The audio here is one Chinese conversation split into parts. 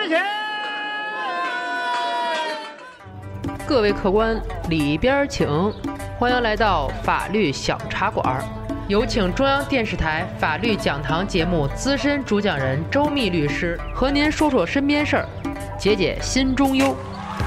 赔钱。 各位客官，里边请，欢迎来到法律小茶馆。有请中央电视台法律讲堂节目资深主讲人周密律师和您说说身边事儿，解解心中忧。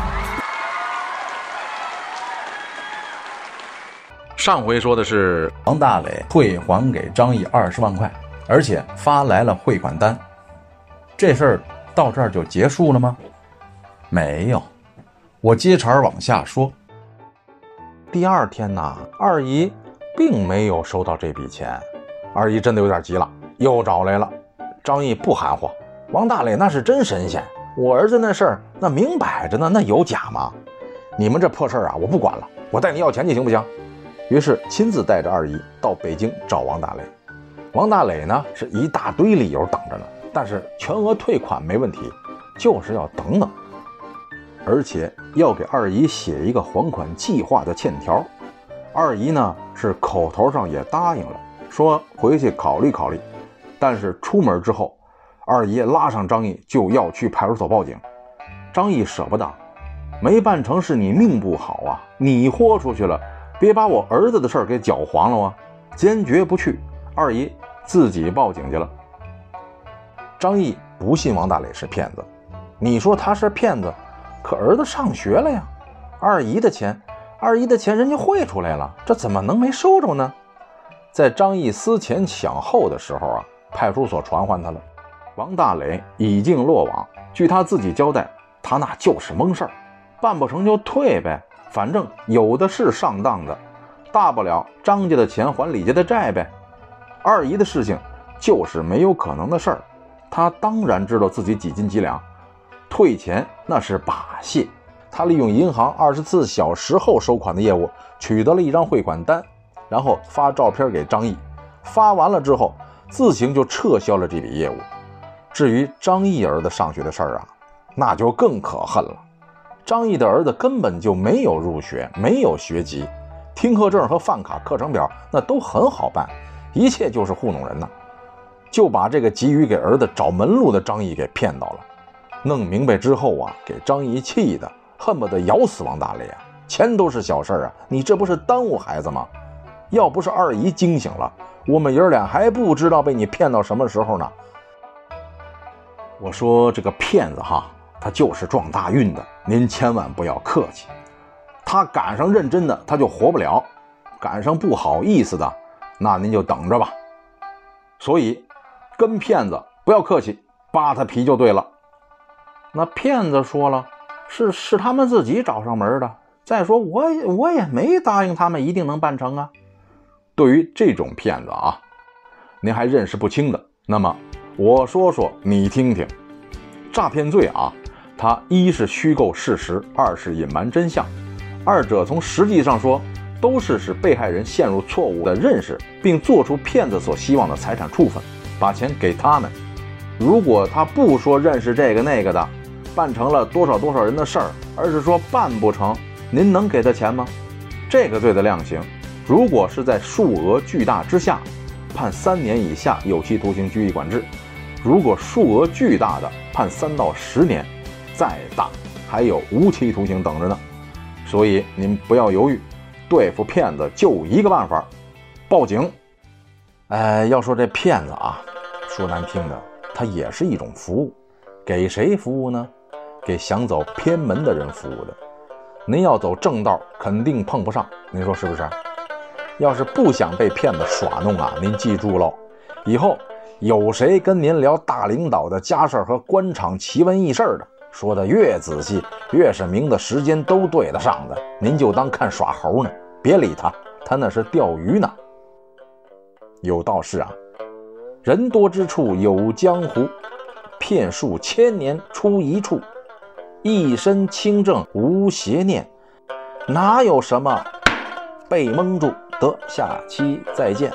上回说的是王大磊退还给张毅20万块，而且发来了汇款单。这事儿到这儿就结束了吗？没有，我接茬往下说。第二天呢，二姨并没有收到这笔钱，二姨真的有点急了，又找来了。张毅不含糊，王大磊那是真神仙，我儿子那事儿那明摆着呢，那有假吗？你们这破事儿啊，我不管了，我带你要钱去行不行？于是亲自带着二姨到北京找王大磊。王大磊呢是一大堆理由等着呢，但是全额退款没问题，就是要等等，而且要给二姨写一个还款计划的欠条。二姨呢是口头上也答应了，说回去考虑考虑，但是出门之后，二姨拉上张毅就要去派出所报警。张毅舍不得，没办成是你命不好啊，你豁出去了，别把我儿子的事儿给搅黄了啊，坚决不去。二姨自己报警去了。张毅不信王大磊是骗子，你说他是骗子，可儿子上学了呀，二姨的钱人家汇出来了，这怎么能没收着呢？在张毅思前想后的时候啊，派出所传唤他了，王大磊已经落网。据他自己交代，他那就是蒙事儿，办不成就退呗，反正有的是上当的，大不了张家的钱还李家的债呗。二姨的事情就是没有可能的事儿，他当然知道自己几斤几两，退钱那是把戏。他利用银行24小时后收款的业务，取得了一张汇款单，然后发照片给张毅，发完了之后自行就撤销了这笔业务。至于张毅儿子上学的事儿啊，那就更可恨了。张毅的儿子根本就没有入学，没有学籍，听课证和饭卡课程表那都很好办，一切就是糊弄人呢。就把这个急于给儿子找门路的张毅给骗到了。弄明白之后啊，给张毅气的恨不得咬死王大磊啊！钱都是小事啊，你这不是耽误孩子吗？要不是二姨惊醒了，我们爷俩还不知道被你骗到什么时候呢。我说这个骗子哈，他就是撞大运的，您千万不要客气。他赶上认真的他就活不了，赶上不好意思的，那您就等着吧。所以跟骗子不要客气，扒他皮就对了。那骗子说了，是他们自己找上门的，再说我也没答应他们一定能办成啊。对于这种骗子啊，您还认识不清的，那么我说说你听听。诈骗罪啊，它一是虚构事实，二是隐瞒真相，二者从实际上说都是使被害人陷入错误的认识，并做出骗子所希望的财产处分，把钱给他们。如果他不说认识这个那个的，办成了多少多少人的事儿，而是说办不成，您能给他钱吗？这个罪的量刑，如果是在数额巨大之下，判3年以下有期徒刑拘役管制；如果数额巨大的，判3到10年，再大还有无期徒刑等着呢。所以您不要犹豫，对付骗子就一个办法，报警。要说这骗子啊，说难听的，它也是一种服务。给谁服务呢？给想走偏门的人服务的。您要走正道，肯定碰不上，您说是不是？要是不想被骗子耍弄啊，您记住喽，以后有谁跟您聊大领导的家事和官场奇闻异事的，说的越仔细，越是明的时间都对得上的，您就当看耍猴呢，别理他，他那是钓鱼呢。有道是啊，人多之处有江湖，骗术千年出一处，一身清正无邪念，哪有什么被蒙住。得，下期再见。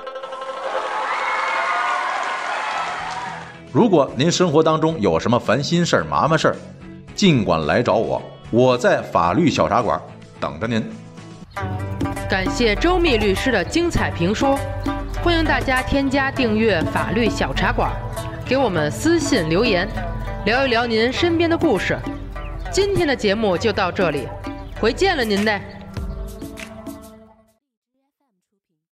如果您生活当中有什么烦心事儿、麻烦事儿，尽管来找我，我在法律小茶馆等着您。 感谢周密律师的精彩评说，欢迎大家添加订阅法律小茶馆，给我们私信留言。 聊一聊您身边的故事。今天的节目就到这里，回见了您嘞。